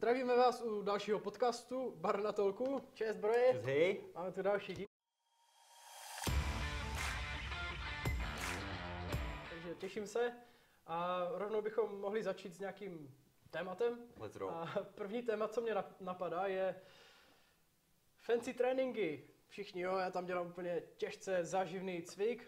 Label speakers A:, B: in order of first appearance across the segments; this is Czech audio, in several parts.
A: Zdravíme vás u dalšího podcastu Bar na tolku. Čest, broje.
B: Hej.
A: Máme tu další díl. Takže těším se a rovnou bychom mohli začít s nějakým tématem.
B: Let's roll.
A: A první téma, co mě napadá, je fancy tréninky. Všichni, jo, já tam dělám úplně těžce záživný cvik.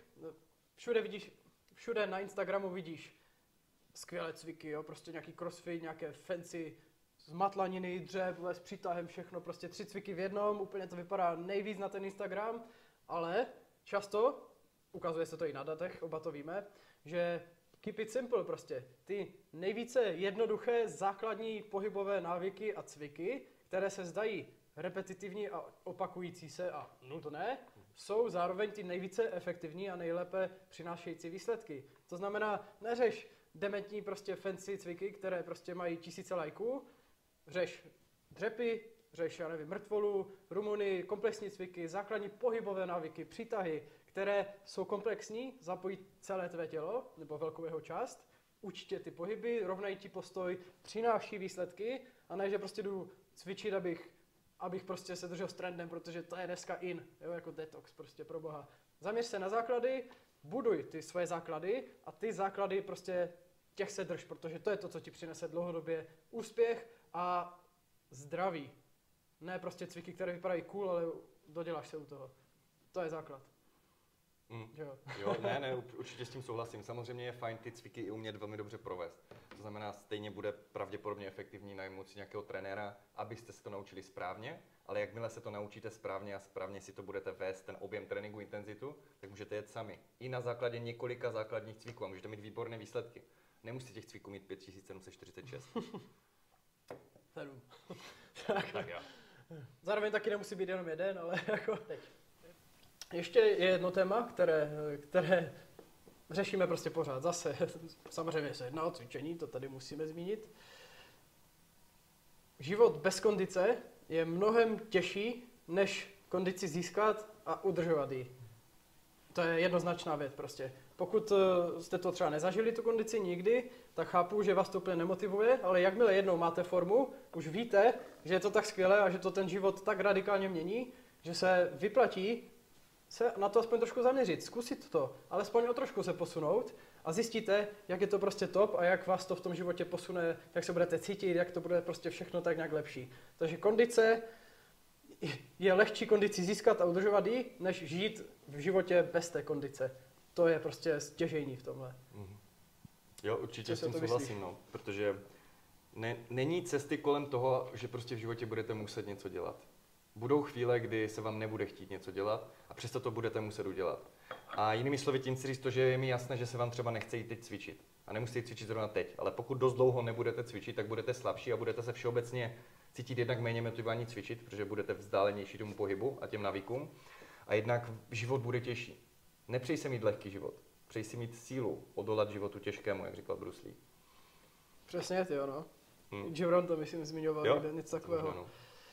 A: Všude na Instagramu vidíš skvělé cviky, jo, prostě nějaký crossfit, nějaké fancy zmatlaniny, dřep, s přitahem, všechno, prostě 3 cviky v jednom, úplně to vypadá nejvíc na ten Instagram, ale často, ukazuje se to i na datech, oba to víme, že keep it simple prostě, ty nejvíce jednoduché základní pohybové návyky a cviky, které se zdají repetitivní a opakující se a nudné, jsou zároveň ty nejvíce efektivní a nejlépe přinášející výsledky. To znamená, neřeš dementní prostě fancy cviky, které prostě mají tisíce lajků, řeš dřepy, řeš, já nevím, mrtvolu, rumuny, komplexní cviky, základní pohybové návyky, přitahy, které jsou komplexní, zapojí celé tvé tělo, nebo velkou jeho část, učí ty pohyby, rovnají ti postoj, přináší výsledky a ne, že prostě jdu cvičit, abych prostě se držel s trendem, protože to je dneska in, jo, jako detox, prostě pro boha. Zaměř se na základy, buduj ty svoje základy a ty základy prostě těch se drž, protože to je to, co ti přinese dlouhodobě úspěch a zdraví. Ne prostě cviky, které vypadají cool, ale doděláš se u toho. To je základ.
B: Jo, ne, určitě s tím souhlasím. Samozřejmě je fajn ty cviky i umět velmi dobře provést. To znamená, stejně bude pravděpodobně efektivní najmout si nějakého trenéra, abyste se to naučili správně, ale jakmile se to naučíte správně a správně si to budete vést, ten objem tréninku, intenzitu, tak můžete jet sami. I na základě několika základních cviků a můžete mít výborné výsledky. Nemusíte těch cviků mít 5746.
A: 7.
B: Tak jo.
A: Zároveň taky nemusí být jenom jeden, ale jako teď. Ještě je jedno téma, které řešíme prostě pořád. Zase, samozřejmě se jedná o cvičení, to tady musíme zmínit. Život bez kondice je mnohem těžší, než kondici získat a udržovat ji. To je jednoznačná věc prostě. Pokud jste to třeba nezažili, tu kondici nikdy, tak chápu, že vás to úplně nemotivuje, ale jakmile jednou máte formu, už víte, že je to tak skvělé a že to ten život tak radikálně mění, že se vyplatí se na to aspoň trošku zaměřit, zkusit to, alespoň o trošku se posunout a zjistíte, jak je to prostě top a jak vás to v tom životě posune, jak se budete cítit, jak to bude prostě všechno tak nějak lepší. Takže kondice, je lehčí kondici získat a udržovat ji, než žít v životě bez té kondice. To je prostě stěžejní v tomhle.
B: Jo, určitě s tím souhlasím, no, protože není cesty kolem toho, že prostě v životě budete muset něco dělat. Budou chvíle, kdy se vám nebude chtít něco dělat a přesto to budete muset udělat. A jinými slovy tím chci říct to, že je mi jasné, že se vám třeba nechce jít teď cvičit. A nemusíte cvičit zrovna teď, ale pokud dost dlouho nebudete cvičit, tak budete slabší a budete se všeobecně cítit jednak méně motivovaní cvičit, protože budete vzdálenější tomu pohybu a těm návykům. A jednak život bude těžší. Nepřej se mít lehký život. Přej si mít sílu odolat životu těžkému, jak říkal Bruce Lee.
A: Přesně, jo, no. Gibran to myslím zmiňoval, kde něco takového.
B: No.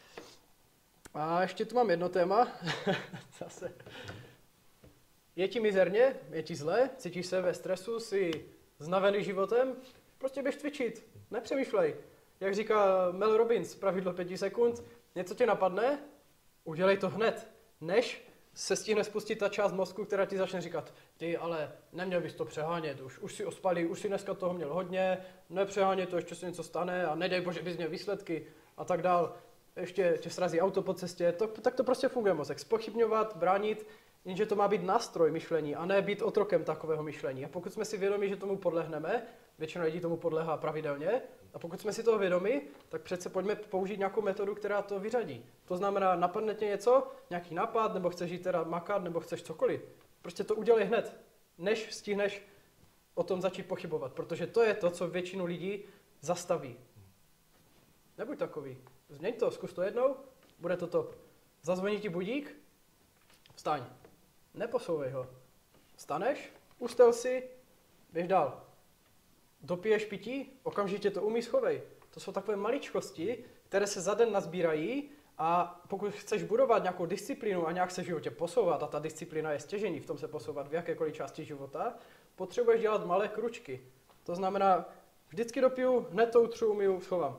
A: A ještě tu mám jedno téma. Zase. Je ti mizerně, je ti zle, cítíš se ve stresu, jsi znavený životem, prostě běž cvičit, nepřemýšlej. Jak říká Mel Robbins, pravidlo 5 sekund, něco tě napadne, udělej to hned, než se stihne spustit ta část mozku, která ti začne říkat, ty ale neměl bys to přehánět, už si ospalý, už si dneska toho měl hodně, nepřeháněj to, ještě se něco stane a nedej bože, bys měl výsledky a tak dál. Ještě tě srazí auto po cestě, tak to prostě funguje mozek. Zpochybňovat, bránit, jenže to má být nástroj myšlení a ne být otrokem takového myšlení. A pokud jsme si vědomi, že tomu podlehneme, většina lidí tomu podléhá pravidelně, a pokud jsme si toho vědomi, tak přece pojďme použít nějakou metodu, která to vyřadí. To znamená, napadne tě něco, nějaký nápad, nebo chceš jít teda makat, nebo chceš cokoliv. Prostě to udělej hned, než stihneš o tom začít pochybovat, protože to je to, co většinu lidí zastaví. Nebuď takový. Změň to, zkus to jednou, bude to top. Zazvoní ti budík, vstaň. Neposouvej ho. Vstaneš, ustel si, běž dál. Dopiješ pití, okamžitě to umí, schovej. To jsou takové maličkosti, které se za den nazbírají a pokud chceš budovat nějakou disciplínu a nějak se v životě posouvat, a ta disciplína je stěžení v tom se posouvat v jakékoliv části života, potřebuješ dělat malé kručky. To znamená, vždycky dopiju, hned to utřu, umiju, schovám.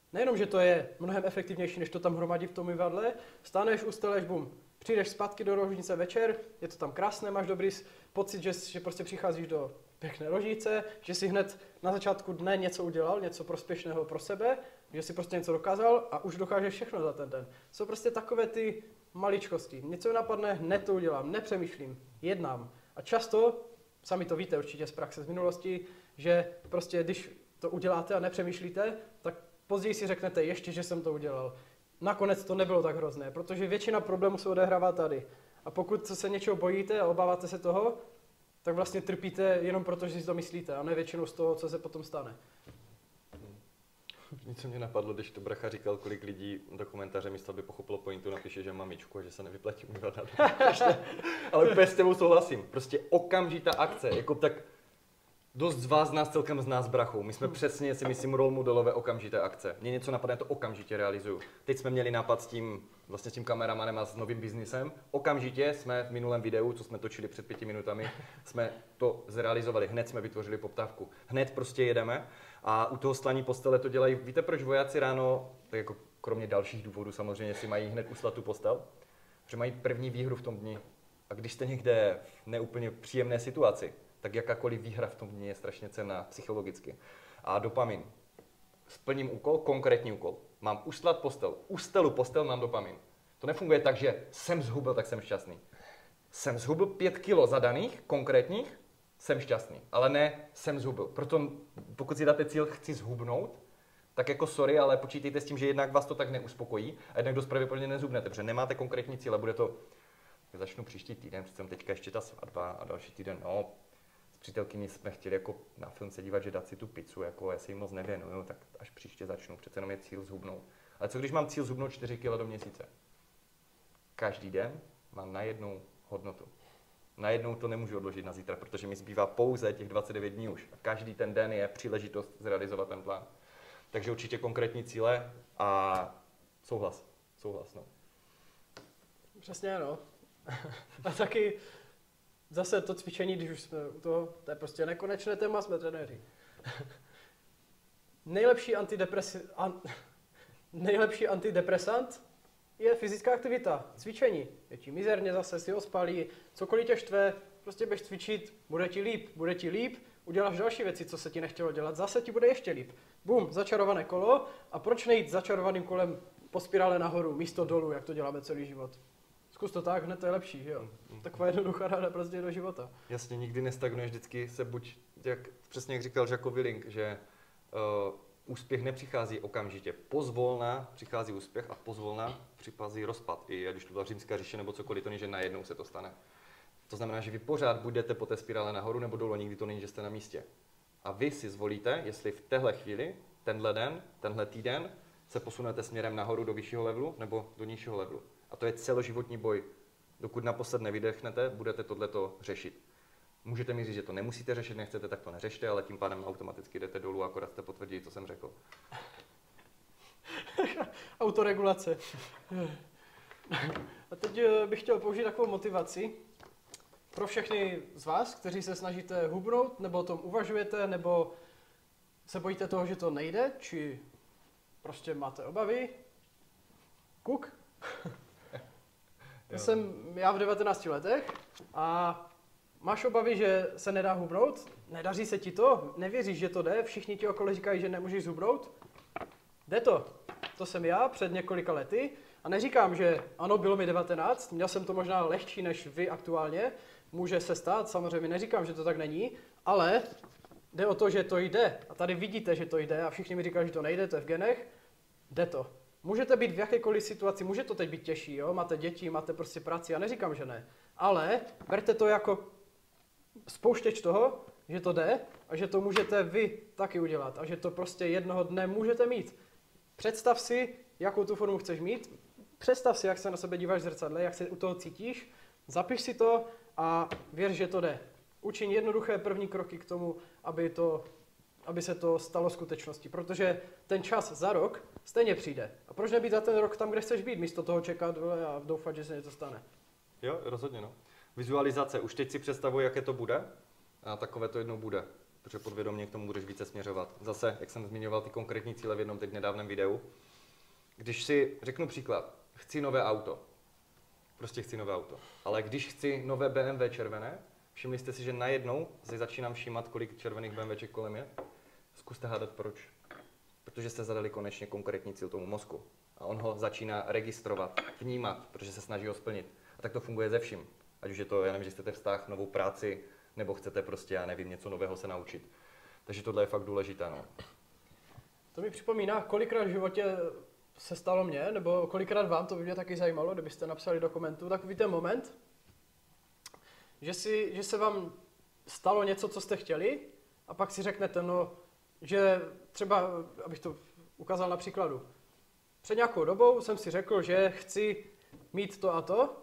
A: Nejenom, že to je mnohem efektivnější, než to tam hromadí v tom umyvadle, staneš, usteleš, bum, přijdeš zpátky do ložnice večer, je to tam krásné, máš dobrý pocit, že prostě přicházíš do pěkné ložnice, že si hned na začátku dne něco udělal, něco prospěšného pro sebe, že si prostě něco dokázal a už dokážeš všechno za ten den. Jsou prostě takové ty maličkosti. Něco napadne, hned to udělám, nepřemýšlím, jednám. A často, sami to víte určitě z praxe z minulosti, že prostě když to uděláte a nepřemýšlíte, tak později si řeknete ještě, že jsem to udělal. Nakonec to nebylo tak hrozné, protože většina problémů se odehrává tady. A pokud se něčeho bojíte a obáváte se toho, tak vlastně trpíte jenom proto, že si to myslíte, a ne většinou z toho, co se potom stane.
B: Něco mě napadlo, když to Bracha říkal, kolik lidí do komentáře místo, aby pochopilo pointu, napíše, že mamičku a že se nevyplatí umývat na Ale úplně s tebou souhlasím. Prostě okamžitá akce, jako tak dost z vás nás celkem zná s Brachou. My jsme přesně, si myslím, role modelové okamžité akce. Mně něco napadne, to okamžitě realizuju. Teď jsme měli nápad s tím kameramanem a s novým biznisem. Okamžitě jsme v minulém videu, co jsme točili před 5 minutami, jsme to zrealizovali. Hned jsme vytvořili poptávku. Hned prostě jedeme. A u toho stlání postele to dělají. Víte, proč vojáci ráno, tak jako kromě dalších důvodů samozřejmě, si mají hned uslat tu postel? Že mají první výhru v tom dni. A když jste někde v neúplně příjemné situaci, tak jakákoliv výhra v tom dni je strašně cenná psychologicky. A dopamin. Splním úkol, konkrétní úkol. Mám ustlat postel. Ustelu postel, mám dopamin. To nefunguje tak, že jsem zhubil, tak jsem šťastný. Jsem zhubil 5 kilo zadaných, konkrétních, jsem šťastný. Ale ne, jsem zhubil. Proto pokud si dáte cíl, chci zhubnout, tak jako sorry, ale počítejte s tím, že jednak vás to tak neuspokojí a jednak dost pravděpodobně nezhubnete, protože nemáte konkrétní cíle, bude to, začnu příští týden, jsem teďka ještě ta svatba a další týden, no, s přítelkyní jsme chtěli jako na film se dívat, že dát si tu pizzu, jako já si jim moc nevěnuju, tak až příště začnu, přece jenom je cíl zhubnout. Ale co když mám cíl zhubnout 4 kg do měsíce? Každý den mám najednou hodnotu. Najednou to nemůžu odložit na zítra, protože mi zbývá pouze těch 29 dní už. A každý ten den je příležitost zrealizovat ten plán. Takže určitě konkrétní cíle a souhlas, no.
A: Přesně, no. A taky zase to cvičení, když už jsme u toho, to je prostě nekonečné téma, jsme trenéři. Nejlepší antidepresant je fyzická aktivita, cvičení. Je ti mizerně, zase si ospalí, cokoliv tě štve, prostě běž cvičit, bude ti líp, uděláš další věci, co se ti nechtělo dělat, zase ti bude ještě líp. Bum, začarované kolo a proč nejít začarovaným kolem po spirále nahoru, místo dolů, jak to děláme celý život. Zkus to tak, hned to je lepší, že jo? Taková jednoduchá rada prostě do života.
B: Jasně, nikdy nestagnuješ, vždycky se buď, přesně jak říkal Jacques Willink, že úspěch nepřichází okamžitě. Pozvolna přichází úspěch a pozvolna přichází rozpad. I když to byla Římská říše nebo cokoliv, to není, že najednou se to stane. To znamená, že vy pořád budete po té spirále nahoru nebo dolů, nikdy to není, že jste na místě. A vy si zvolíte, jestli v téhle chvíli, tenhle den, tenhle týden se posunete směrem nahoru do vyššího levelu nebo do nižšího levelu. A to je celoživotní boj. Dokud naposled nevydechnete, budete tohleto řešit. Můžete mi říct, že to nemusíte řešit, nechcete, tak to neřešte, ale tím pádem automaticky jdete dolů a akorát jste potvrdili, co jsem řekl.
A: Autoregulace. A teď bych chtěl použít takovou motivaci pro všechny z vás, kteří se snažíte hubnout, nebo o tom uvažujete, nebo se bojíte toho, že to nejde, či prostě máte obavy. Kuk. To jsem já v 19 letech a máš obavy, že se nedá hubnout? Nedaří se ti to? Nevěříš, že to jde? Všichni ti okolo říkají, že nemůžeš hubnout? Jde to. To jsem já před několika lety a neříkám, že ano, bylo mi 19, měl jsem to možná lehčí než vy aktuálně, může se stát, samozřejmě neříkám, že to tak není, ale jde o to, že to jde. A tady vidíte, že to jde a všichni mi říkají, že to nejde, to je v genech. Jde to. Můžete být v jakékoliv situaci, může to teď být těžší, jo? Máte děti, máte prostě práci, já neříkám, že ne. Ale berte to jako spouštěč toho, že to jde a že to můžete vy taky udělat a že to prostě jednoho dne můžete mít. Představ si, jakou tu formu chceš mít, představ si, jak se na sebe díváš v zrcadle, jak se u toho cítíš, zapiš si to a věř, že to jde. Učiň jednoduché první kroky k tomu, aby se to stalo skutečností, protože ten čas za rok stejně přijde. A proč nebýt za ten rok tam, kde chceš být, místo toho čekat a doufat, že se něco stane?
B: Jo, rozhodně, no. Vizualizace. Už teď si představuji, jaké to bude a takové to jednou bude. protože podvědomě k tomu budeš více směřovat. Zase, jak jsem zmiňoval ty konkrétní cíle v jednom teď nedávném videu, když si řeknu příklad, chci nové auto, prostě chci nové auto, ale když chci nové BMW červené, všimli jste si, že najednou si začínám všímat, kolik červených BMWček kolem je? Zkuste hádat proč. Protože jste zadali konečně konkrétní cíl tomu mozku. A on ho začíná registrovat, vnímat, protože se snaží ho splnit. A tak to funguje ze vším. Ať už je to, já nevím, že chcete vztah, novou práci, nebo chcete prostě, já nevím, něco nového se naučit. Takže tohle je fakt důležité. No.
A: To mi připomíná, kolikrát v životě se stalo mně, nebo kolikrát vám, to by mě taky zajímalo, kdybyste napsali do komentu, takový ten moment, že se vám stalo něco, co jste chtěli, a pak si řeknete, no, že třeba, abych to ukázal na příkladu, před nějakou dobou jsem si řekl, že chci mít to,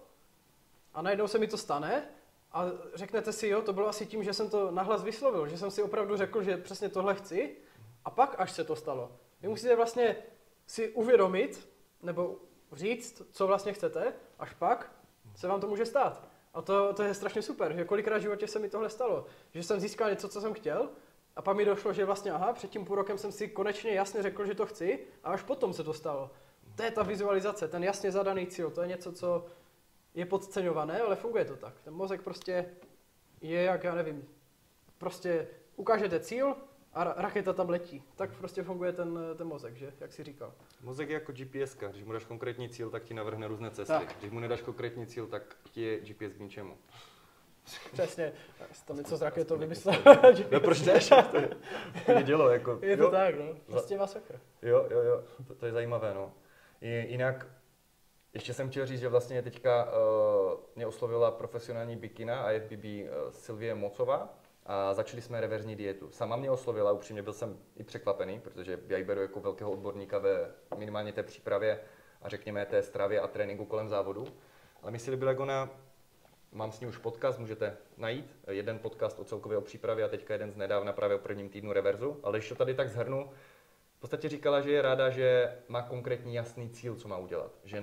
A: a najednou se mi to stane, a řeknete si, jo, to bylo asi tím, že jsem to nahlas vyslovil, že jsem si opravdu řekl, že přesně tohle chci, a pak až se to stalo. Vy musíte vlastně si uvědomit, nebo říct, co vlastně chcete, až pak se vám to může stát. A to je strašně super, že kolikrát v životě se mi tohle stalo, že jsem získal něco, co jsem chtěl, a pak mi došlo, že vlastně, před tím půl rokem jsem si konečně jasně řekl, že to chci, a až potom se to stalo. To je ta vizualizace, ten jasně zadaný cíl, to je něco, co je podceňované, ale funguje to tak. Ten mozek prostě je, jak já nevím, prostě ukážete cíl a raketa tam letí. Tak prostě funguje ten mozek, že? Jak jsi říkal.
B: Mozek je jako GPS, když mu dáš konkrétní cíl, tak ti navrhne různé cesty.
A: Tak.
B: Když mu nedáš konkrétní cíl, tak ti je GPS k ničemu.
A: Přesně, tam něco z raketou vymyslel.
B: No proč ne? To je dělo, jako.
A: Je to jo, tak, no. Prostě masakr.
B: Jo, to je zajímavé, no. Jinak, ještě jsem chtěl říct, že vlastně teďka mě oslovila profesionální bikina a FBB Sylvie Mocová a začali jsme reverzní dietu. Sama mě oslovila, upřímně byl jsem i překvapený, protože já ji beru jako velkého odborníka ve minimálně té přípravě a řekněme té stravě a tréninku kolem závodu. Ale mi se líbila, jak ona, mám s ní už podcast, můžete najít, jeden podcast o celkové přípravě a teďka jeden z nedávna právě o prvním týdnu reverzu, ale když to tady tak shrnu, v podstatě říkala, že je ráda, že má konkrétní jasný cíl, co má udělat. Že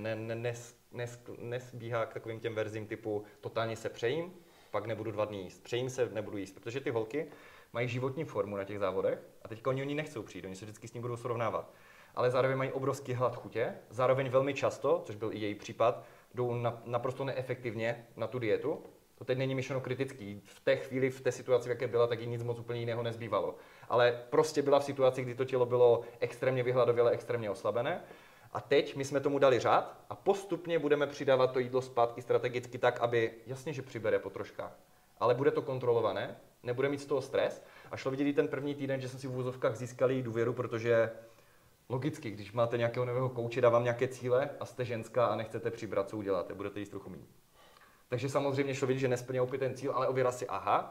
B: nesbíhá k takovým těm verzím typu totálně se přejím, pak nebudu 2 dny jíst. Přejím se, nebudu jíst, protože ty holky mají životní formu na těch závodech a teďka oni nechcou přijít, oni se vždycky s ní budou srovnávat. Ale zároveň mají obrovský hlad chutě, zároveň velmi často, což byl i její případ, jdou naprosto neefektivně na tu dietu. To teď není myšleno kritický. V té chvíli, v té situaci, v jaké byla, tak jí nic moc úplně jiného nezbývalo. Ale prostě byla v situaci, kdy to tělo bylo extrémně vyhladovělé, extrémně oslabené. A teď my jsme tomu dali řád a postupně budeme přidávat to jídlo zpátky strategicky tak, aby jasně, že přibere po troškách. Ale bude to kontrolované, nebude mít z toho stres. A šlo vidět ten první týden, že jsem si v úzovkách získal jí důvěru, protože logicky, když máte nějakého nového kouče, dávám nějaké cíle a jste ženská a nechcete přibrat, co uděláte, budete jíst trochu méně. Takže samozřejmě šlo vidět, že nesplnil opět ten cíl, ale ověřila si,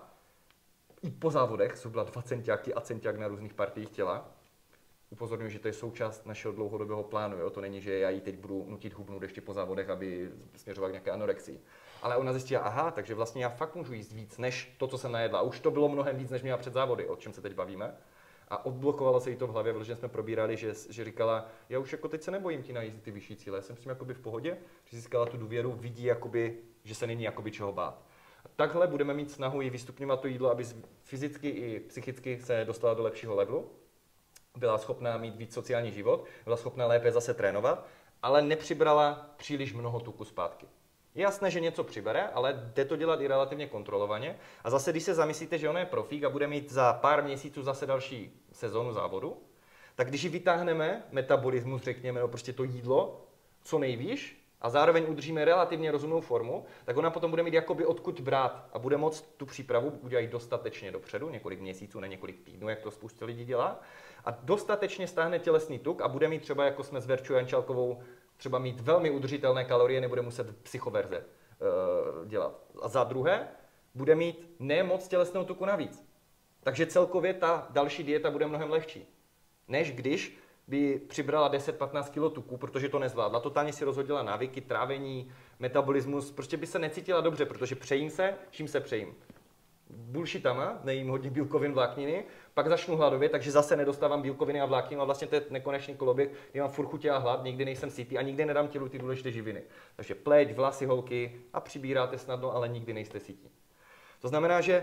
B: i po závodech jsou byla 2 centiáky a centiák na různých partiích těla. Upozorňuji, že to je součást našeho dlouhodobého plánu, jo? To není, že já ji teď budu nutit hubnout ještě po závodech, aby směřoval k nějaké anorexii. Ale ona zjistila, takže vlastně já fakt můžu jíst víc než to, co jsem najedla. Už to bylo mnohem víc, než měla před závody, o čem se teď bavíme. A odblokovalo se jí to v hlavě, protože jsme probírali, že říkala, já už jako teď se nebojím ti najíst ty vyšší cíle, já jsem s tím jakoby v pohodě, že získala tu důvěru, vidí jakoby, že se není jakoby čeho bát. A takhle budeme mít snahu i vystupňovat to jídlo, aby fyzicky i psychicky se dostala do lepšího levelu, byla schopná mít víc sociální život, byla schopná lépe zase trénovat, ale nepřibrala příliš mnoho tuku zpátky. Je jasné, že něco přibere, ale jde to dělat i relativně kontrolovaně. A zase, když se zamyslíte, že ona je profík a bude mít za pár měsíců zase další sezónu závodu, tak když ji vytáhneme, metabolismus, řekněme, prostě to jídlo, co nejvíš, a zároveň udržíme relativně rozumnou formu, tak ona potom bude mít jakoby odkud brát a bude moct tu přípravu udělat dostatečně dopředu, několik měsíců, ne několik týdnů, jak to spousta lidí dělá, a dostatečně stáhne tělesný tuk a bude mít třeba, jako jsme s Verčou Jančálkovou, třeba mít velmi udržitelné kalorie, nebude muset psychoverze dělat. A za druhé, bude mít nemoc tělesného tuku navíc. Takže celkově ta další dieta bude mnohem lehčí, než když by přibrala 10-15 kg tuku, protože to nezvládla. Totálně si rozhodila návyky, trávení, metabolismus, prostě by se necítila dobře, protože přejím se, čím se přejím. Bullshitama, nejím hodně bílkovin, vlákniny, pak začnu hladovět, takže zase nedostávám bílkoviny a vlákninu a vlastně to je nekonečný koloběh, kdy mám furt chutě a hlad, nikdy nejsem sytý a nikdy nedám tělu ty důležité živiny. Takže pleť, vlasy, holky a přibíráte snadno, ale nikdy nejste sytí. To znamená, že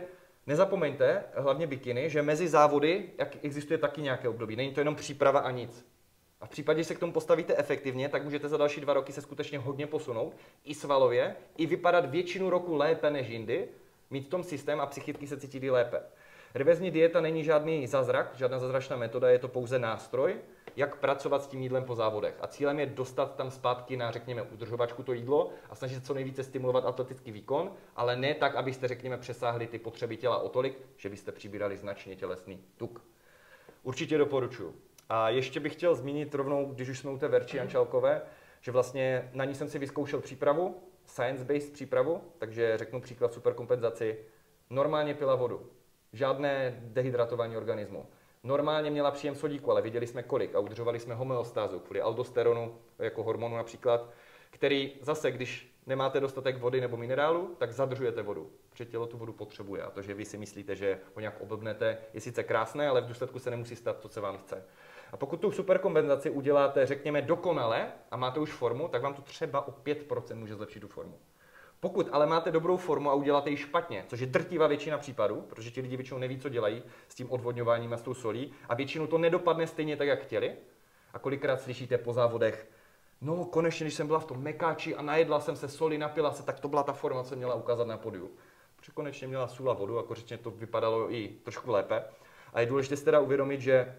B: Nezapomeňte, hlavně bikiny, že mezi závody existuje taky nějaké období. Není to jenom příprava a nic. A v případě, že se k tomu postavíte efektivně, tak můžete za další 2 roky se skutečně hodně posunout, i svalově, i vypadat většinu roku lépe než jindy, mít v tom systém a psychicky se cítit i lépe. Reverzní dieta není žádný zázrak, žádná zázračná metoda, je to pouze nástroj, jak pracovat s tím jídlem po závodech. A cílem je dostat tam zpátky na, řekněme, udržovačku to jídlo a snažit se co nejvíce stimulovat atletický výkon, ale ne tak, abyste, řekněme, přesáhli ty potřeby těla o tolik, že byste přibírali značně tělesný tuk. Určitě doporučuji. A ještě bych chtěl zmínit rovnou, když už jsme u té Verči Ančálkové, že vlastně na ní jsem si vyzkoušel přípravu, science-based přípravu, takže řeknu příklad superkompenzaci. Normálně pila vodu, žádné dehydratování organismu. Normálně měla příjem sodíku, ale viděli jsme kolik a udržovali jsme homeostázu kvůli aldosteronu, jako hormonu například, který zase, když nemáte dostatek vody nebo minerálu, tak zadržujete vodu, protože tělo tu vodu potřebuje. A to, že vy si myslíte, že ho nějak oblbnete, je sice krásné, ale v důsledku se nemusí stát to, co vám chce. A pokud tu superkompenzaci uděláte, řekněme, dokonale a máte už formu, tak vám to třeba o 5% může zlepšit tu formu. Pokud ale máte dobrou formu a uděláte ji špatně, což je drtivá většina případů, protože ti lidi většinou neví, co dělají s tím odvodňováním a s tou solí a většinou to nedopadne stejně tak, jak chtěli. A kolikrát slyšíte po závodech, no konečně, když jsem byla v tom mekáči a najedla jsem se soli, napila se, tak to byla ta forma, co měla ukázat na podiu. Protože konečně měla sůl a vodu a konečně to vypadalo i trošku lépe. A je důležité si teda uvědomit, že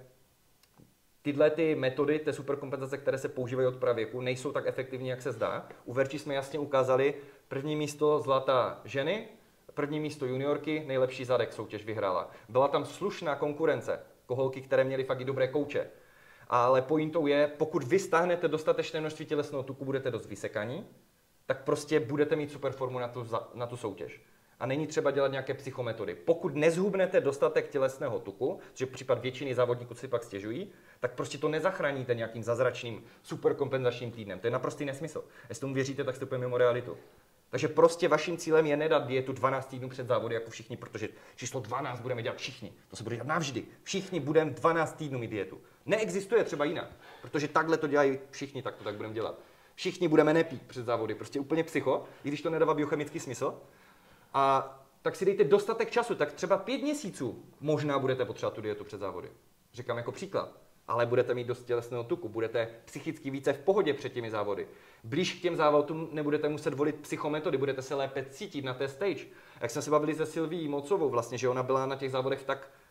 B: tyhle ty metody, té superkompenzace, které se používají od pravěku, nejsou tak efektivní, jak se zdá. U Verči jsme jasně ukázali, první místo zlata ženy, první místo juniorky, nejlepší zadek soutěž vyhrála. Byla tam slušná konkurence, holky, které měly fakt i dobré kouče. Ale pointou je, pokud vy stáhnete dostatečné množství tělesného tuku, budete dost vysekaní, tak prostě budete mít super formu na tu soutěž. A není třeba dělat nějaké psychometody. Pokud nezhubnete dostatek tělesného tuku, což je případ většiny závodníků si pak stěžují, tak prostě to nezachráníte nějakým zázračným superkompenzačním týdnem. To je naprostý nesmysl. Jestli tomu věříte, tak jste úplně mimo realitu. Takže prostě vaším cílem je nedat dietu 12 týdnů před závody jako všichni, protože číslo 12 budeme dělat všichni. To se bude dělat navždy. Všichni budeme 12 týdnů mít dietu. Neexistuje třeba jinak, protože takhle to dělají všichni, tak to tak budeme dělat. Všichni budeme nepít před závody, prostě úplně psycho, i když to nedává biochemický smysl. A tak si dejte dostatek času, tak třeba 5 měsíců možná budete potřebovat tu dietu před závody. Říkám jako příklad. Ale budete mít dost tělesného tuku, budete psychicky více v pohodě před těmi závody. Blíž k těm závodům nebudete muset volit psychometody, budete se lépe cítit na té stage. Jak jsme se bavili se Silví Mocovou vlastně, že ona byla na těch závodech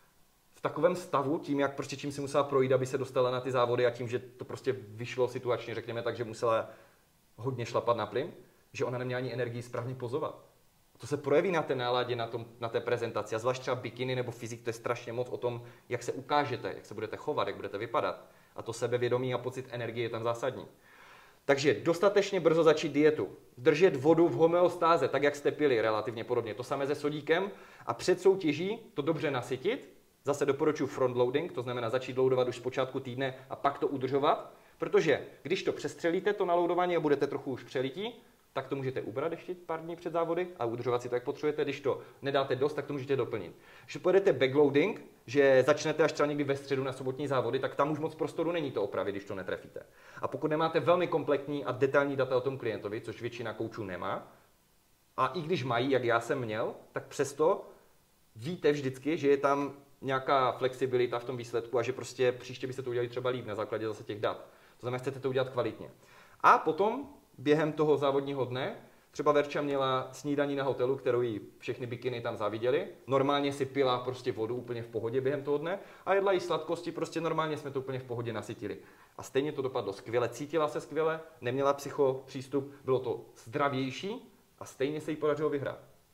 B: v takovém stavu, tím jak prostě čím si musela projít, aby se dostala na ty závody a tím, že to prostě vyšlo situačně, řekněme tak, že musela hodně šlapat na plyn, že ona neměla ani energii správně pozovat. To se projeví na té náladě, na té prezentaci. A zvlášť třeba bikiny nebo fyzik, to je strašně moc o tom, jak se ukážete, jak se budete chovat, jak budete vypadat. A to sebevědomí a pocit energie je tam zásadní. Takže dostatečně brzo začít dietu. Držet vodu v homeostáze, tak jak jste pili, relativně podobně. To samé se sodíkem. A před soutěží to dobře nasytit. Zase doporučuji frontloading, to znamená začít loadovat už z počátku týdne a pak to udržovat. Protože když to přestřelíte, to naloadování a budete trochu už přelití, tak to můžete ubrat ještě pár dní před závody a udržovat si to, jak potřebujete. Když to nedáte dost, tak to můžete doplnit. Když pojedete backloading, že začnete až třeba někdy ve středu na sobotní závody, tak tam už moc prostoru není to opravit, když to netrefíte. A pokud nemáte velmi kompletní a detailní data o tom klientovi, což většina koučů nemá, a i když mají, jak já jsem měl, tak přesto víte vždycky, že je tam nějaká flexibilita v tom výsledku a že prostě příště byste to udělali třeba líp na základě zase těch dat. To znamená, chcete to udělat kvalitně. A potom během toho závodního dne třeba Verča měla snídaní na hotelu, kterou jí všechny bikiny tam záviděli. Normálně si pila prostě vodu úplně v pohodě během toho dne a jedla jí sladkosti, prostě normálně jsme to úplně v pohodě nasytili. A stejně to dopadlo skvěle, cítila se skvěle, neměla psychopřístup, bylo to zdravější a stejně se jí podařilo vyhrát.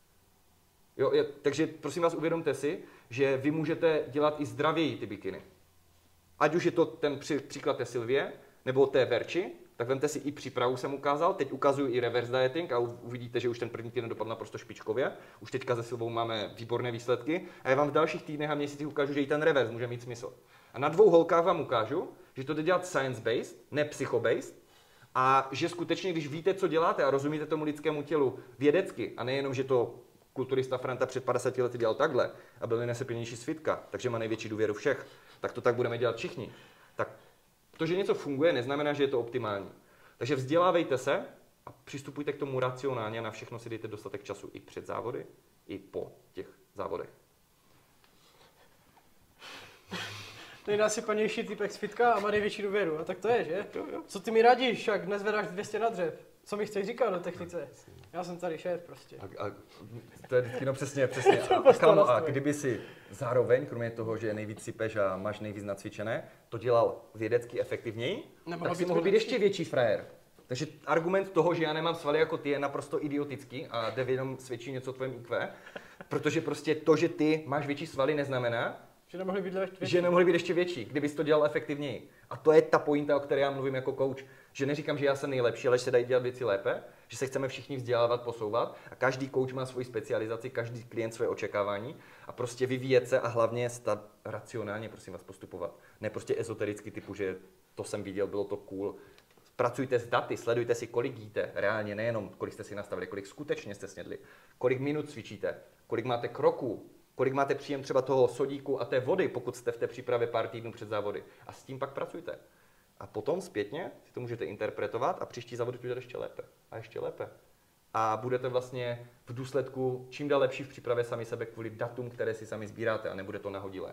B: Takže prosím vás, uvědomte si, že vy můžete dělat i zdravěji ty bikiny. Ať už je to ten příklad té Silvie, nebo té Verči, tak vemte si i přípravu jsem ukázal, teď ukazuju i reverse dieting a uvidíte, že už ten první týden dopadl naprosto špičkově. Už teďka se Silvou máme výborné výsledky a já vám v dalších týdnech a měsících ukážu, že i ten reverse může mít smysl. A na 2 holkách vám ukážu, že to jde dělat science-based, ne psycho-based, a že skutečně, když víte, co děláte a rozumíte tomu lidskému tělu vědecky, a nejenom, že to kulturista Franta před 50 lety dělal takhle a byl nejnesepilnější svitka, takže má největší důvěru všech, tak to tak budeme dělat všichni. Tak to, že něco funguje, neznamená, že je to optimální. Takže vzdělávejte se a přistupujte k tomu racionálně a na všechno si dejte dostatek času i před závody, i po těch závodech.
A: nejnasypanější typek z fitka a má největší důvěru. A tak to je, že? Co ty mi radíš, jak nezvedáš 200 na dřev? Co mi chceš říkat do technice? Já jsem tady šéf prostě.
B: A to je vždycky, no přesně. A kdyby si zároveň, kromě toho, že nejvíc sypeš a máš nejvíc nacvičené, to dělal vědecky efektivněji, tak si mohl být ještě větší frajer. Takže argument toho, že já nemám svaly jako ty, je naprosto idiotický a jde jenom svědčí něco o tvém IQ, protože prostě to, že ty máš větší svaly, neznamená, že nemohli být ještě větší, kdybys to dělal efektivněji. A to je ta pointa, o které já mluvím jako coach, že neříkám, že já jsem nejlepší, ale že se dají dělat věci lépe, že se chceme všichni vzdělávat, posouvat a každý coach má svoji specializaci, každý klient svoje očekávání a prostě vyvíjet se a hlavně racionálně, prosím vás, postupovat. Ne prostě ezotericky typu, že to jsem viděl, bylo to cool. Pracujte s daty, sledujte si, kolik jíte, reálně nejenom kolik jste si nastavili, kolik skutečně jste snědli, kolik minut cvičíte, kolik máte kroků, kolik máte příjem třeba toho sodíku a té vody, pokud jste v té přípravě pár týdnů před závody. A s tím pak pracujte. A potom zpětně si to můžete interpretovat a příští závody to ještě lépe. A ještě lépe. A budete vlastně v důsledku čím dál lepší v přípravě sami sebe kvůli datům, které si sami sbíráte a nebude to nahodilé.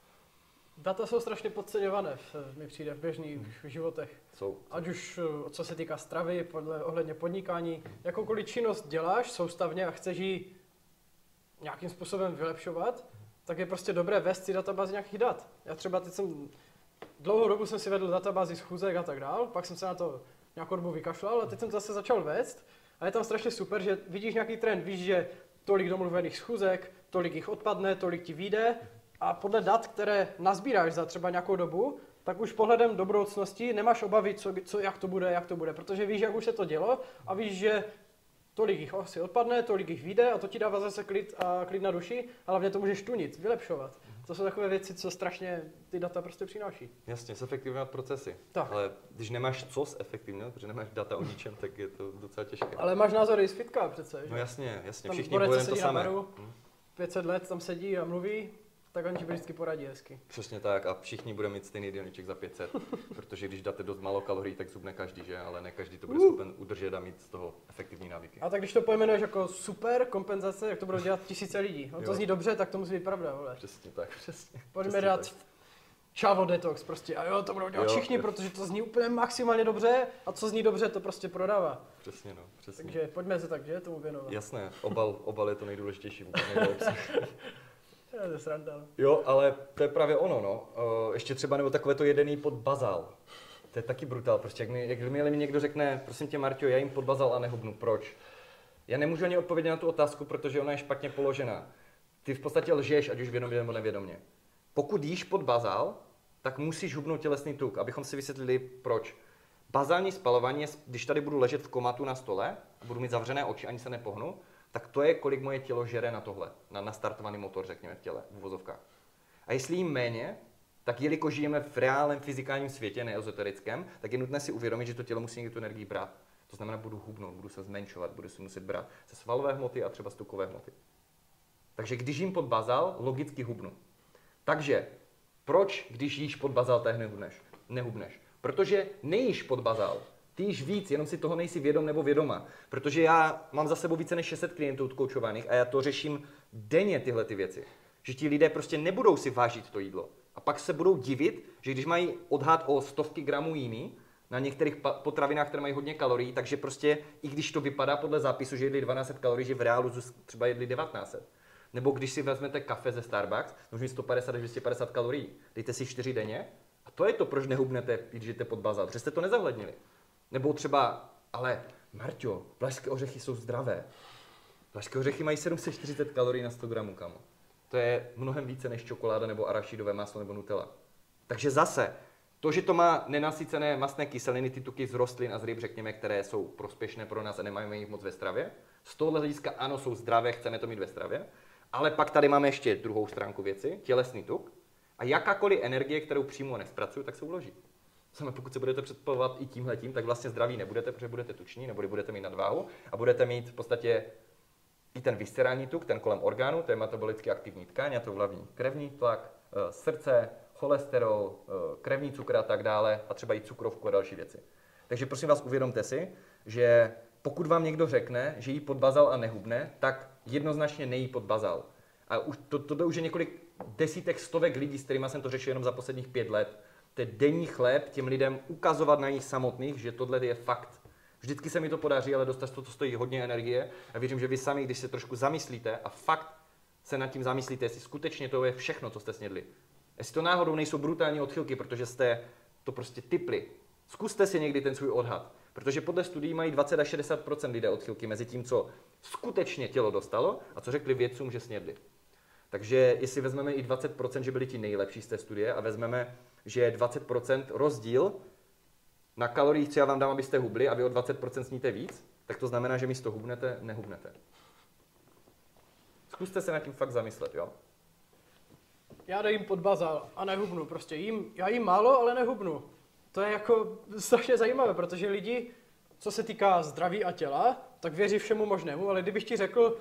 A: Data jsou strašně podceňované, mi přijde v běžných životech. Ať už co se týká stravy, ohledně podnikání, jakoukoliv činnost děláš soustavně a chceš ji nějakým způsobem vylepšovat, tak je prostě dobré vést si databázi nějakých dat. Já třeba teď dlouhou dobu jsem si vedl databázi schůzek a tak dál, pak jsem se na to nějakou dobu vykašlal a teď jsem zase začal vést a je tam strašně super, že vidíš nějaký trend, víš, že tolik domluvených schůzek, tolik jich odpadne, tolik ti vyjde a podle dat, které nazbíráš za třeba nějakou dobu, tak už pohledem do budoucnosti nemáš obavy, jak to bude, protože víš, jak už se to dělo a víš, že tolik jich asi odpadne, tolik jich vyjde a to ti dává zase klid na duši, ale hlavně to můžeš tunit, vylepšovat. To jsou takové věci, co strašně ty data prostě přináší.
B: Jasně, zefektivňovat procesy.
A: Tak.
B: Ale když nemáš co zefektivňovat, protože nemáš data o ničem, tak je to docela těžké.
A: Ale máš názory z fitka přece, že?
B: No jasně,
A: tam
B: všichni budeme to samé.
A: 500 let tam sedí a mluví, tak oni ti vždycky poradí hezky.
B: Přesně tak a všichni budeme mít stejný jídelníček za 500, protože když dáte dost málo kalorií, tak zhubne každý, že? Ale ne každý to bude schopen udržet a mít z toho efektivní návyky.
A: A tak když to pojmenuješ jako super kompenzace, jak to budou dělat tisíce lidí. No to zní dobře, tak to musí být pravda, vole.
B: Přesně tak, přesně.
A: Pojďme dát Chavo detox prostě a jo, to budou dělat všichni, protože to zní úplně maximálně dobře a co zní dobře, to prostě prodává.
B: Přesně, no, přesně.
A: Takže pojďme se tak, že, tomu věnovat.
B: Jasné, obal je to nejdůležitější, vůbec nejde obsah.
A: To je sranda.
B: Jo, ale to je právě ono, no. Ještě třeba nebo takové to jedený pod bazál. To je taky brutál, prostě jakmile mi někdo řekne, prosím tě Marťo, já jim pod bazál a nehubnu, proč? Já nemůžu ani odpovědět na tu otázku, protože ona je špatně položená. Ty v podstatě lžeš, ať už vědomě nebo nevědomě. Pokud jíš pod bazál, tak musíš hubnout tělesný tuk, abychom si vysvětlili proč. Bazální spalování je, když tady budu ležet v komatu na stole a budu mít zavřené oči, ani se nepohnu, tak to je, kolik moje tělo žere na tohle, na nastartovaný motor, řekněme, v těle, v uvozovkách. A jestli jim méně, tak jelikož žijeme v reálném fyzikálním světě, ne ezoterickém, tak je nutné si uvědomit, že to tělo musí někdy tu energii brát. To znamená, budu hubnout, budu se zmenšovat, budu si muset brát ze svalové hmoty a třeba z tukové hmoty. Takže když jim pod bazál, logicky hubnu. Takže proč, když jíš pod bazál, tak nehubneš? Protože nejíš pod bazál. Ty jíš víc, jenom si toho nejsi vědom nebo vědoma. Protože já mám za sebou více než 600 klientů odkoučovaných a já to řeším denně tyhle ty věci. Že ti lidé prostě nebudou si vážit to jídlo. A pak se budou divit, že když mají odhad o stovky gramů jíny na některých potravinách, které mají hodně kalorií, takže prostě i když to vypadá podle zápisu, že jedli 1200 kalorií, že v reálu třeba jedli 1900. Nebo když si vezmete kafe ze Starbucks, může mít 150 až 250 kalorií. Dejte si 4 denně a to je to, proč nehubnete, když jdete pod bazál, protože jste to nezahlednili. Nebo třeba, ale Marťo, vlašské ořechy jsou zdravé. Vlašské ořechy mají 740 kalorií na 100 gramů, kamo. To je mnohem více než čokoláda nebo arašidové máslo nebo Nutella. Takže zase, to, že to má nenasycené mastné kyseliny, ty tuky z rostlin a z ryb, řekněme, které jsou prospěšné pro nás a nemáme jich moc ve stravě, z tohohle hlediska ano, jsou zdravé, chceme to mít ve stravě, ale pak tady máme ještě druhou stránku věci, tělesný tuk, a jakákoliv energie, kterou přímo nespracuju, tak se uloží. Samozřejmě pokud se budete představovat i tímhletím, tak vlastně zdraví nebudete, protože budete tuční, nebo budete mít nadváhu a budete mít v podstatě i ten viscerální tuk, ten kolem orgánu, to je metabolicky aktivní tkáň, a to hlavní krevní tlak, srdce, cholesterol, krevní cukr a tak dále, a třeba i cukrovku a další věci. Takže prosím vás, uvědomte si, že pokud vám někdo řekne, že jí pod bazál a nehubne, tak jednoznačně nejí pod bazál. A už to už je několik desítek, stovek lidí, s kterými jsem to řešil jenom za posledních 5 let. To je denní chléb těm lidem ukazovat na nich samotných, že tohle je fakt. Vždycky se mi to podaří, ale dost to stojí hodně energie a věřím, že vy sami, když se trošku zamyslíte a fakt se nad tím zamyslíte, jestli skutečně to je všechno, co jste snědli. Jestli to náhodou nejsou brutální odchylky, protože jste to prostě tipli. Zkuste si někdy ten svůj odhad, protože podle studií mají 20 až 60% lidé odchylky mezi tím, co skutečně tělo dostalo a co řekli vědcům, že snědli. Takže jestli vezmeme i 20%, že byli ti nejlepší z té studie a vezmeme, že je 20% rozdíl na kaloriích, co já vám dám, abyste hubli a vy o 20% sníte víc, tak to znamená, že místo hubnete, nehubnete. Zkuste se nad tím fakt zamyslet, jo?
A: Já dejím pod bazál a nehubnu, prostě já jím málo, ale nehubnu. To je jako strašně zajímavé, protože lidi, co se týká zdraví a těla, tak věří všemu možnému, ale kdybych ti řekl,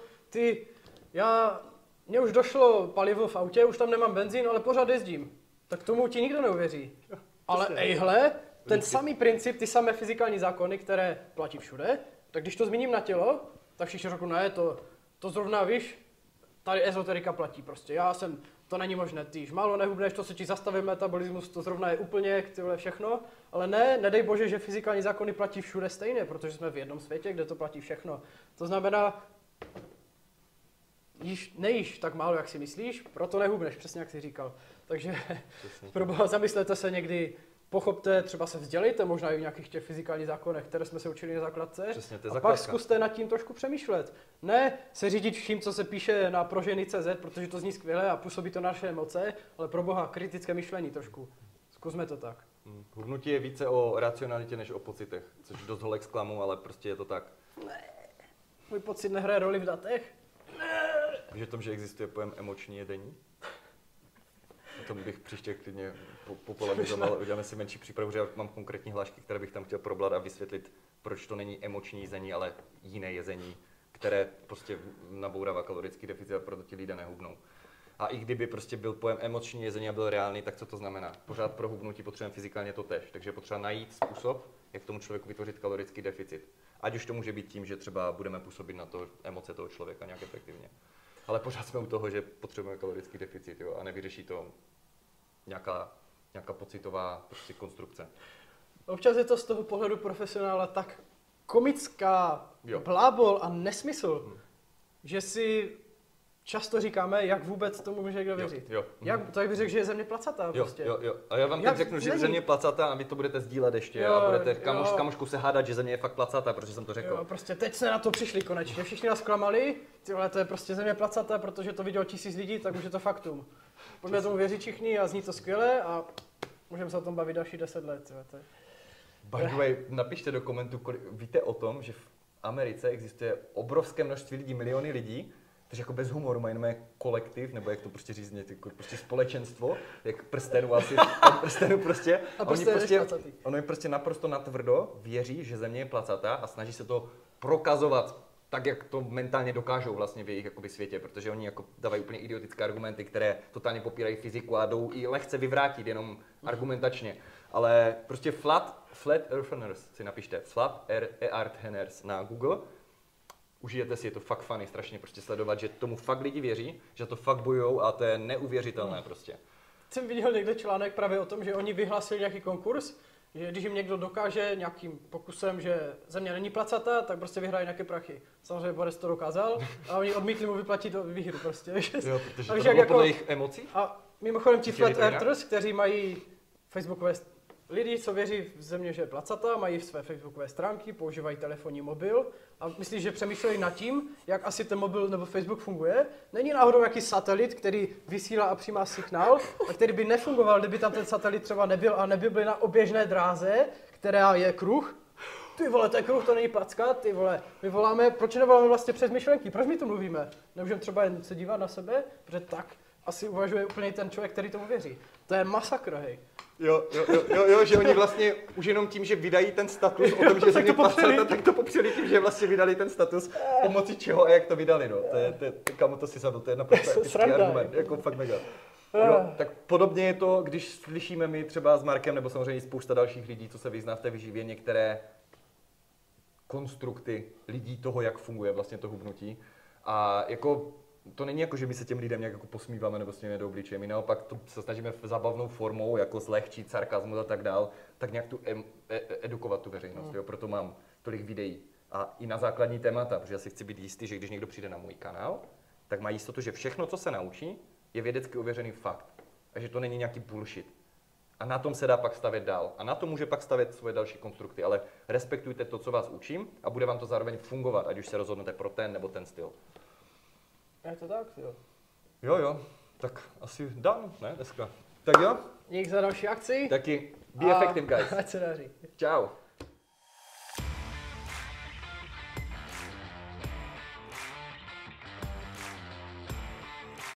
A: mně už došlo palivo v autě, už tam nemám benzín, ale pořád jezdím, tak tomu ti nikdo neuvěří. Ale ejhle, ten samý princip, ty samé fyzikální zákony, které platí všude, tak když to zmíním na tělo, tak všichni řeknou, ne, to zrovna víš, tady ezoterika platí prostě, to není možné, ty málo nehubneš, to se ti zastaví metabolismus, to zrovna je úplně tyhle všechno, ale ne, nedej bože, že fyzikální zákony platí všude stejně, protože jsme v jednom světě, kde to platí všechno. To znamená, nejíš tak málo, jak si myslíš, proto nehubneš, přesně jak jsi říkal. Takže pro boha zamyslete se někdy, pochopte, třeba se vzdělejte možná i v nějakých těch fyzikálních zákonech, které jsme se učili na základce.
B: Přesně, to je
A: a
B: základka.
A: pak zkuste nad tím trošku přemýšlet. Ne se řídit vším, co se píše na proženy.cz, protože to zní skvěle a působí to na naše emoce, ale pro boha kritické myšlení trošku. Zkusme to tak.
B: Hubnutí je více o racionalitě než o pocitech, což dost holek zklamu, ale prostě je to tak.
A: Ne, můj pocit nehraje roli v datech.
B: Víš o tom, že existuje pojem emoční jedení? O tom bych příště klidně popolemizoval, uděláme si menší přípravu, že já mám konkrétní hlášky, které bych tam chtěl probrat a vysvětlit, proč to není emoční jezení, ale jiné jezení, které prostě nabourává kalorický deficit a proto ti lidé nehubnou. A i kdyby prostě byl pojem emoční jezení a byl reálný, tak co to znamená? Pořád pro hubnutí potřebujeme fyzikálně to též, takže je potřeba najít způsob, jak tomu člověku vytvořit kalorický deficit. Ať už to může být tím, že třeba budeme působit na to emoce toho člověka nějak efektivně. Ale pořád jsme u toho, že potřebujeme kalorický deficit, jo, a nevyřeší to nějaká pocitová prostě konstrukce.
A: Občas je to z toho pohledu profesionála tak komická blábol a nesmysl, že si často říkáme, jak vůbec tomu může někdo věřit. To jak bych řekl, že je země placatá prostě.
B: Jo. A já vám teď řeknu, že země je placatá a vy to budete sdílet ještě a budete kamošku se hádat, že země je fakt placatá, protože jsem to řekl.
A: Jo, prostě teď se na to přišli konečně. Všichni nás klamali, to je prostě země placatá, protože to vidělo 1000 lidí, tak už je to faktum. Pojďme tomu věřit všichni a zní to skvěle a můžeme se o tom bavit další 10 let.
B: By the way, napište do komentu, víte o tom, že v Americe existuje obrovské množství lidí, miliony lidí, kteří jako bez humoru mají jenom kolektiv, nebo jak to prostě říct, prostě společenstvo, jak prstenů asi, prstenů prostě. A oni prostě naprosto natvrdo věří, že země je placatá a snaží se to prokazovat tak, jak to mentálně dokážou vlastně v jejich jakoby světě, protože oni jako dávají úplně idiotické argumenty, které totálně popírají fyziku a jdou i lehce vyvrátit, jenom argumentačně. Ale prostě Flat Eartheners si napište, Flat Eartheners na Google. Užijete si, je to fakt funny, strašně prostě sledovat, že tomu fakt lidi věří, že to fakt bojujou a to je neuvěřitelné prostě.
A: Jsem viděl někde článek právě o tom, že oni vyhlásili nějaký konkurs, že když jim někdo dokáže nějakým pokusem, že země není placatá, tak prostě vyhrají nějaké prachy. Samozřejmě Boris to dokázal a oni odmítli mu vyplatit výhru prostě.
B: Jo, protože to bylo podle jejich emocí?
A: A mimochodem ti Flat Earthers, kteří mají facebookové lidi, co věří v země, že je placatá, mají své facebookové stránky, používají telefonní mobil a myslíš, že přemýšlejí nad tím, jak asi ten mobil nebo Facebook funguje. Není náhodou nějaký satelit, který vysílá a přijímá signál, a který by nefungoval, kdyby tam ten satelit třeba nebyl a nebyl na oběžné dráze, která je kruh. Ty vole, ten kruh, to není placka, ty vole. My voláme, proč nevoláme vlastně přes myšlenky? Proč my to mluvíme? Nemůžeme třeba jen se dívat na sebe? Protože tak asi uvažuje úplně ten člověk, který tomu věří. To je masakr, hej.
B: Jo, že oni vlastně už jenom tím, že vydají ten status o tom, že země placatá, tak to popřeli tím, že vlastně vydali ten status, pomocí čeho a jak to vydali, no. Kamo to si zabil, to je naprosto etický argument, jako fakt mega. Jo, tak podobně je to, když slyšíme my třeba s Markem, nebo samozřejmě spousta dalších lidí, co se vyzná v té výživě, některé konstrukty lidí toho, jak funguje vlastně to hubnutí. A jako to není jako, že my se těm lidem nějak jako posmíváme nebo s nimi do obličeje. My naopak to se snažíme zábavnou formou, jako zlehčit sarkazmus a tak dál, tak nějak tu edukovat tu veřejnost. Jo? Proto mám tolik videí. A i na základní témata, protože já si chci být jistý, že když někdo přijde na můj kanál, tak má jistotu, že všechno, co se naučí, je vědecky ověřený fakt. A že to není nějaký bullshit. A na tom se dá pak stavět dál. A na tom může pak stavět svoje další konstrukty. Ale respektujte to, co vás učím a bude vám to zároveň fungovat, ať už se rozhodnete pro ten nebo ten styl.
A: Je to tak, jo.
B: Jo. Tak asi dám, ne, dneska. Tak jo.
A: Dík za další akci.
B: Taky be effective, guys.
A: Ať se daří.
B: Čau.